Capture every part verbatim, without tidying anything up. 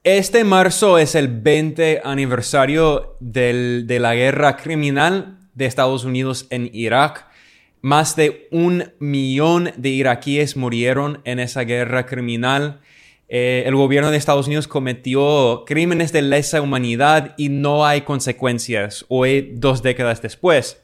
este marzo es el veinte aniversario del, de la guerra criminal de Estados Unidos en Irak. Más de un millón de iraquíes murieron en esa guerra criminal. Eh, el gobierno de Estados Unidos cometió crímenes de lesa humanidad y no hay consecuencias hoy, dos décadas después.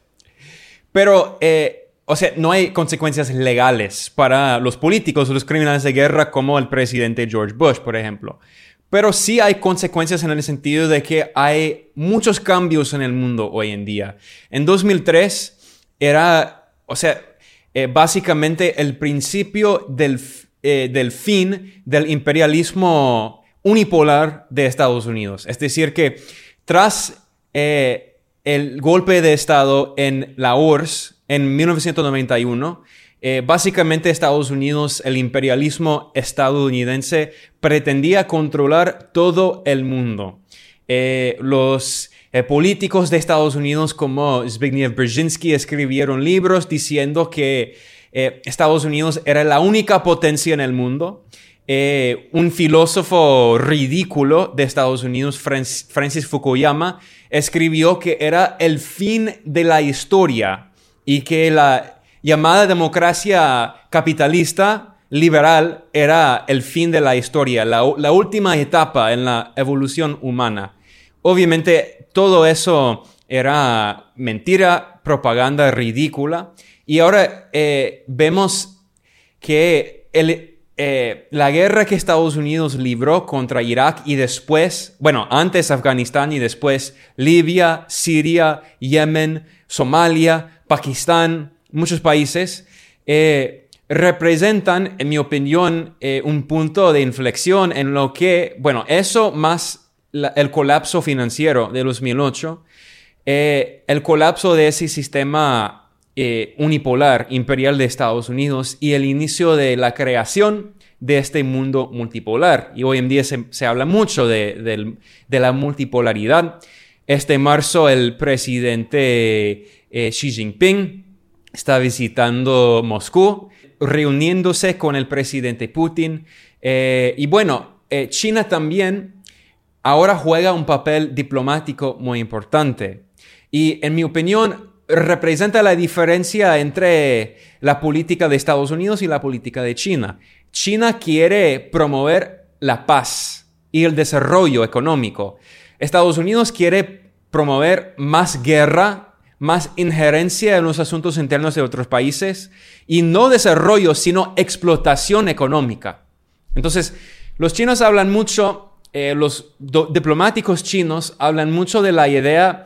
Pero, eh, o sea, no hay consecuencias legales para los políticos o los criminales de guerra como el presidente George Bush, por ejemplo. Pero sí hay consecuencias en el sentido de que hay muchos cambios en el mundo hoy en día. En dos mil tres era, o sea, eh, básicamente el principio del, eh, del fin del imperialismo unipolar de Estados Unidos. Es decir, que tras eh, el golpe de Estado en la U R S S en mil novecientos noventa y uno, Eh, básicamente Estados Unidos, el imperialismo estadounidense, pretendía controlar todo el mundo. Eh, los eh, políticos de Estados Unidos como Zbigniew Brzezinski escribieron libros diciendo que eh, Estados Unidos era la única potencia en el mundo. Eh, un filósofo ridículo de Estados Unidos, Francis, Francis Fukuyama, escribió que era el fin de la historia y que la llamada democracia capitalista liberal era el fin de la historia, la, la última etapa en la evolución humana. Obviamente todo eso era mentira, propaganda ridícula. Y ahora eh, vemos que el, eh, la guerra que Estados Unidos libró contra Irak y después, bueno, antes Afganistán y después Libia, Siria, Yemen, Somalia, Pakistán, muchos países, eh, representan, en mi opinión, eh, un punto de inflexión en lo que, bueno, eso más la, el colapso financiero de dos mil ocho, eh, el colapso de ese sistema eh, unipolar, imperial de Estados Unidos y el inicio de la creación de este mundo multipolar. Y hoy en día se, se habla mucho de, de, de la multipolaridad. Este marzo el presidente eh, Xi Jinping está visitando Moscú, reuniéndose con el presidente Putin. Eh, y bueno, eh, China también ahora juega un papel diplomático muy importante. Y en mi opinión, representa la diferencia entre la política de Estados Unidos y la política de China. China quiere promover la paz y el desarrollo económico. Estados Unidos quiere promover más guerra, más injerencia en los asuntos internos de otros países y no desarrollo, sino explotación económica. Entonces, los chinos hablan mucho, eh, los do- diplomáticos chinos hablan mucho de la idea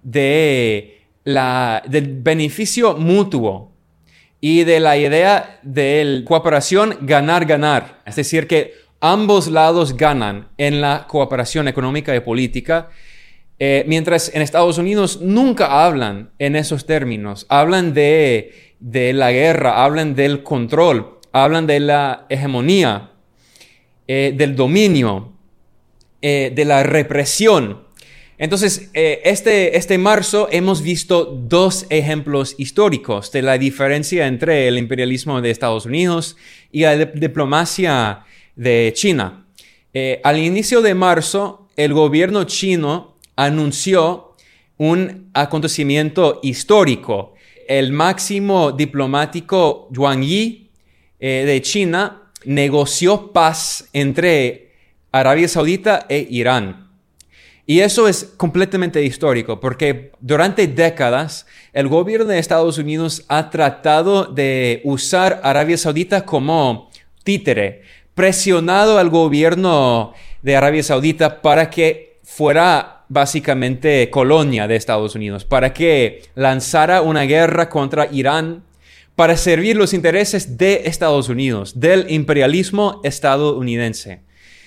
de la, del beneficio mutuo y de la idea de cooperación ganar-ganar. Es decir, que ambos lados ganan en la cooperación económica y política. Eh, mientras en Estados Unidos nunca hablan en esos términos. Hablan de, de la guerra, hablan del control, hablan de la hegemonía, eh, del dominio, eh, de la represión. Entonces, eh, este, este marzo hemos visto dos ejemplos históricos de la diferencia entre el imperialismo de Estados Unidos y la de- diplomacia de China. Eh, al inicio de marzo, el gobierno chino anunció un acontecimiento histórico. El máximo diplomático Wang Yi eh, de China negoció paz entre Arabia Saudita e Irán. Y eso es completamente histórico porque durante décadas el gobierno de Estados Unidos ha tratado de usar Arabia Saudita como títere, presionado al gobierno de Arabia Saudita para que fuera básicamente colonia de Estados Unidos, para que lanzara una guerra contra Irán para servir los intereses de Estados Unidos, del imperialismo estadounidense.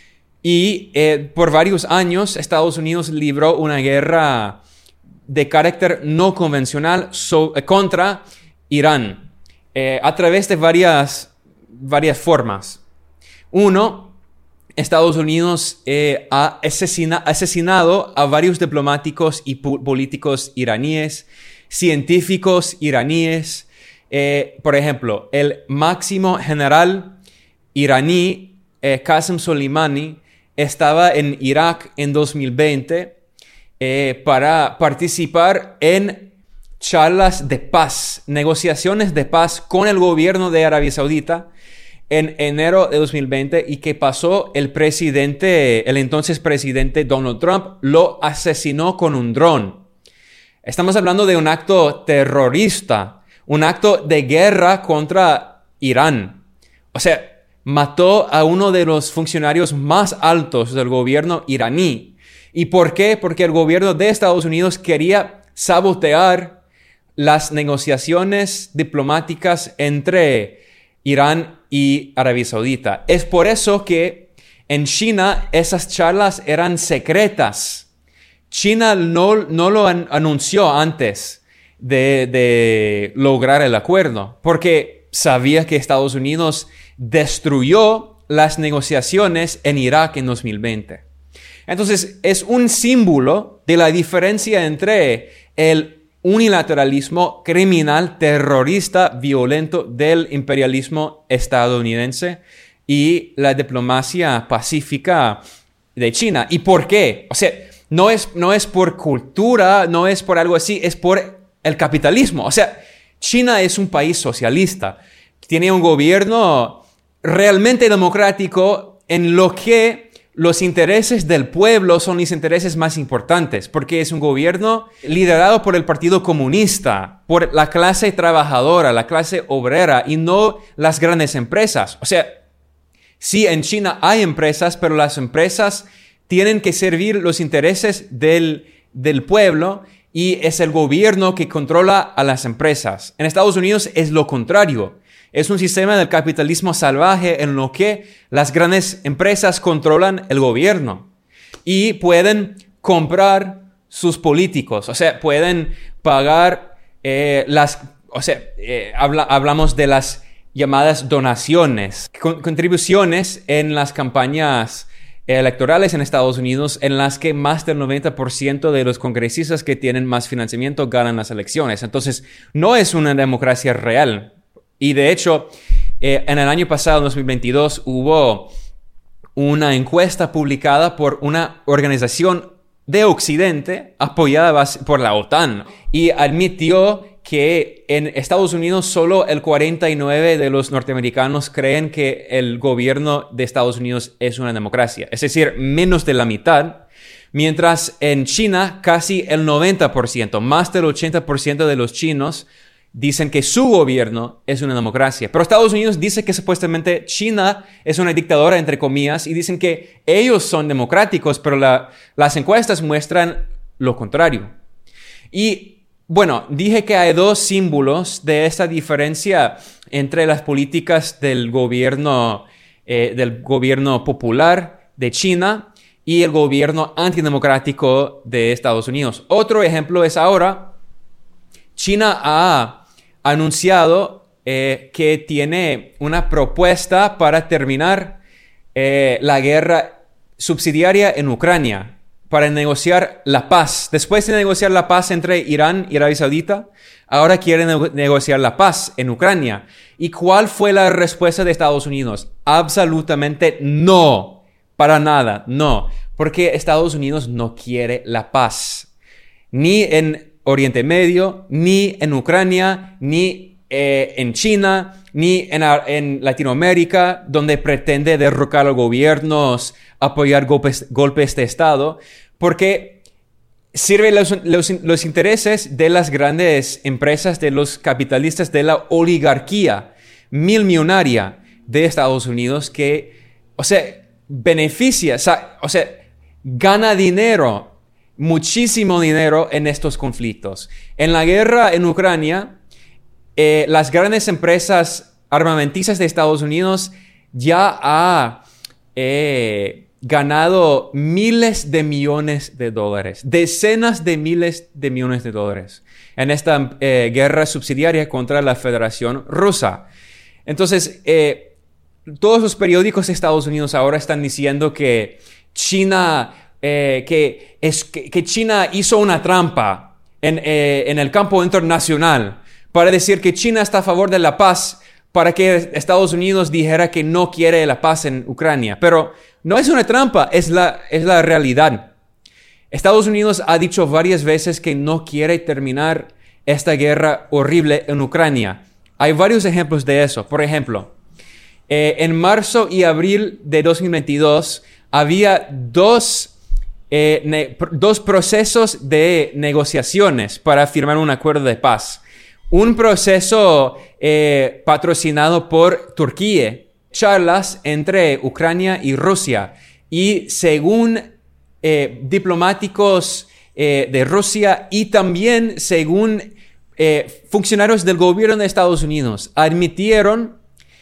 Y eh, por varios años Estados Unidos libró una guerra de carácter no convencional so, eh, contra Irán eh, a través de varias, varias formas. Uno, Estados Unidos eh, ha asesina, asesinado a varios diplomáticos y políticos iraníes, científicos iraníes. Eh, por ejemplo, el máximo general iraní, eh, Qasem Soleimani, estaba en Irak en dos mil veinte eh, para participar en charlas de paz, negociaciones de paz con el gobierno de Arabia Saudita en enero de dos mil veinte, y que pasó el presidente, el entonces presidente Donald Trump, lo asesinó con un dron. Estamos hablando de un acto terrorista, un acto de guerra contra Irán. O sea, mató a uno de los funcionarios más altos del gobierno iraní. ¿Y por qué? Porque el gobierno de Estados Unidos quería sabotear las negociaciones diplomáticas entre Irán y Arabia Saudita. Es por eso que en China esas charlas eran secretas. China no, no lo an- anunció antes de, de lograr el acuerdo, porque sabía que Estados Unidos destruyó las negociaciones en Irak en dos mil veinte. Entonces, es un símbolo de la diferencia entre el unilateralismo criminal, terrorista, violento del imperialismo estadounidense y la diplomacia pacífica de China. ¿Y por qué? O sea, no es, no es por cultura, no es por algo así, es por el capitalismo. O sea, China es un país socialista. Tiene un gobierno realmente democrático en lo que los intereses del pueblo son los intereses más importantes, porque es un gobierno liderado por el Partido Comunista, por la clase trabajadora, la clase obrera, y no las grandes empresas. O sea, sí, en China hay empresas, pero las empresas tienen que servir los intereses del, del pueblo, y es el gobierno que controla a las empresas. En Estados Unidos es lo contrario. Es un sistema del capitalismo salvaje en lo que las grandes empresas controlan el gobierno y pueden comprar sus políticos. O sea, pueden pagar eh, las... O sea, eh, habla, hablamos de las llamadas donaciones, con, contribuciones en las campañas electorales en Estados Unidos, en las que más del noventa por ciento de los congresistas que tienen más financiamiento ganan las elecciones. Entonces, no es una democracia real. Y de hecho, eh, en el año pasado, dos mil veintidós, hubo una encuesta publicada por una organización de Occidente apoyada por la OTAN, y admitió que en Estados Unidos solo el cuarenta y nueve por ciento de los norteamericanos creen que el gobierno de Estados Unidos es una democracia. Es decir, menos de la mitad. Mientras en China casi el noventa por ciento, más del ochenta por ciento de los chinos dicen que su gobierno es una democracia. Pero Estados Unidos dice que supuestamente China es una dictadura, entre comillas, y dicen que ellos son democráticos, pero la, las encuestas muestran lo contrario. Y bueno, dije que hay dos símbolos de esta diferencia entre las políticas del gobierno, eh, del gobierno popular de China y el gobierno antidemocrático de Estados Unidos. Otro ejemplo es ahora, China ha anunciado eh, que tiene una propuesta para terminar eh, la guerra subsidiaria en Ucrania, para negociar la paz. Después de negociar la paz entre Irán y Arabia Saudita, ahora quieren ne- negociar la paz en Ucrania. ¿Y cuál fue la respuesta de Estados Unidos? Absolutamente no. Para nada, no. Porque Estados Unidos no quiere la paz. Ni en Oriente Medio, ni en Ucrania, ni eh, en China, ni en, en Latinoamérica, donde pretende derrocar a gobiernos, apoyar golpes, golpes de Estado, porque sirve los, los, los intereses de las grandes empresas, de los capitalistas, de la oligarquía mil millonaria de Estados Unidos, que, o sea, beneficia, o sea, o sea gana dinero, muchísimo dinero en estos conflictos. En la guerra en Ucrania, eh, las grandes empresas armamentizas de Estados Unidos ya ha eh, ganado miles de millones de dólares, decenas de miles de millones de dólares en esta eh, guerra subsidiaria contra la Federación Rusa. Entonces, eh, todos los periódicos de Estados Unidos ahora están diciendo que China... Eh, que, es, que, que China hizo una trampa en, eh, en el campo internacional para decir que China está a favor de la paz, para que Estados Unidos dijera que no quiere la paz en Ucrania. Pero no es una trampa, es la, es la realidad. Estados Unidos ha dicho varias veces que no quiere terminar esta guerra horrible en Ucrania. Hay varios ejemplos de eso. Por ejemplo, eh, en marzo y abril de dos mil veintidós había dos, eh, ne- dos procesos de negociaciones para firmar un acuerdo de paz. Un proceso eh, patrocinado por Turquía, charlas entre Ucrania y Rusia. Y según eh, diplomáticos eh, de Rusia y también según eh, funcionarios del gobierno de Estados Unidos, admitieron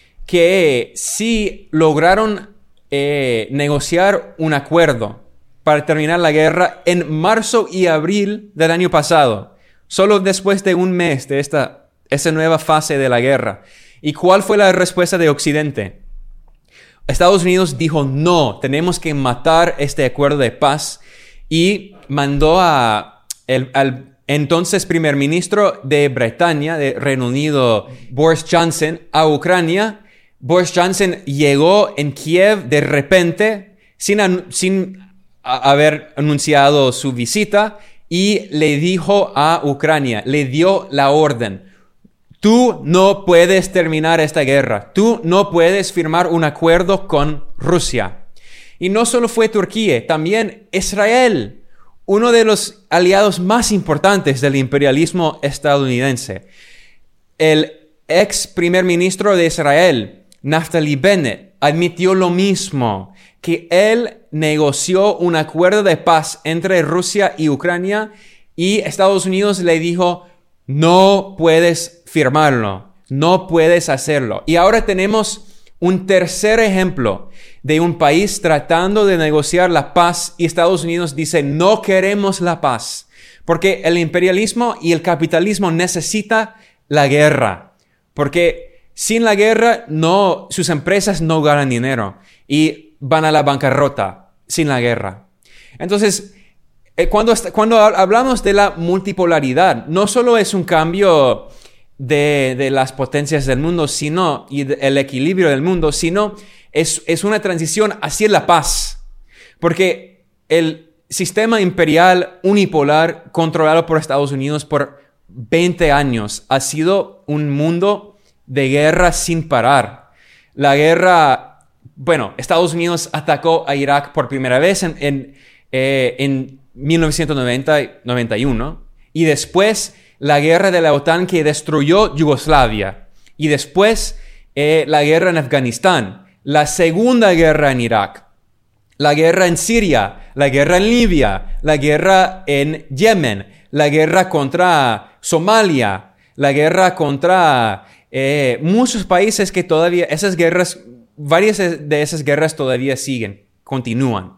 que sí lograron eh, negociar un acuerdo para terminar la guerra en marzo y abril del año pasado. Solo después de un mes de esta, esa nueva fase de la guerra. ¿Y cuál fue la respuesta de Occidente? Estados Unidos dijo, no, tenemos que matar este acuerdo de paz y mandó a el, al entonces primer ministro de Bretaña, de Reino Unido, Boris Johnson, a Ucrania. Boris Johnson llegó en Kiev de repente, sin, sin a, haber anunciado su visita, y le dijo a Ucrania, le dio la orden: tú no puedes terminar esta guerra, tú no puedes firmar un acuerdo con Rusia. Y no solo fue Turquía, también Israel, uno de los aliados más importantes del imperialismo estadounidense. El ex primer ministro de Israel, Naftali Bennett, admitió lo mismo, que él negoció un acuerdo de paz entre Rusia y Ucrania y Estados Unidos le dijo, no puedes firmarlo, no puedes hacerlo. Y ahora tenemos un tercer ejemplo de un país tratando de negociar la paz y Estados Unidos dice, no queremos la paz, porque el imperialismo y el capitalismo necesitan la guerra, porque sin la guerra no, sus empresas no ganan dinero y van a la bancarrota sin la guerra. Entonces, eh, cuando, cuando hablamos de la multipolaridad, no solo es un cambio de, de las potencias del mundo, sino, y de, el equilibrio del mundo, sino es, es una transición hacia la paz. Porque el sistema imperial unipolar controlado por Estados Unidos por veinte años ha sido un mundo de guerra sin parar. La guerra... Bueno, Estados Unidos atacó a Irak por primera vez en, en, eh, en mil novecientos noventa y uno y después la guerra de la OTAN que destruyó Yugoslavia y después eh, la guerra en Afganistán, la segunda guerra en Irak, la guerra en Siria, la guerra en Libia, la guerra en Yemen, la guerra contra Somalia, la guerra contra eh, muchos países que todavía, esas guerras... Varias de esas guerras todavía siguen, continúan.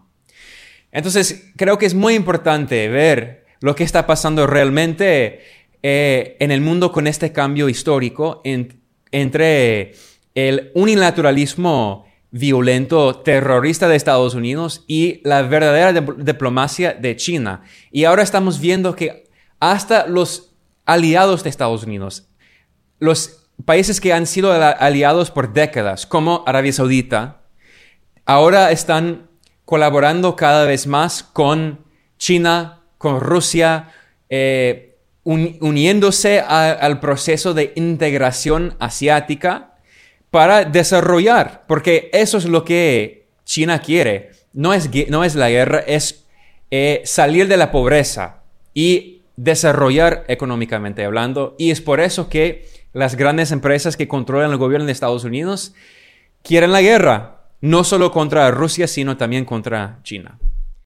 Entonces, creo que es muy importante ver lo que está pasando realmente eh, en el mundo con este cambio histórico en, entre el unilateralismo violento, terrorista de Estados Unidos y la verdadera de- diplomacia de China. Y ahora estamos viendo que hasta los aliados de Estados Unidos, los países que han sido aliados por décadas, como Arabia Saudita, ahora están colaborando cada vez más con China, con Rusia, eh, un, uniéndose a, al proceso de integración asiática para desarrollar, porque eso es lo que China quiere. No es, no es la guerra, es eh, salir de la pobreza y desarrollar económicamente hablando. Y es por eso que las grandes empresas que controlan el gobierno de Estados Unidos quieren la guerra, no solo contra Rusia, sino también contra China.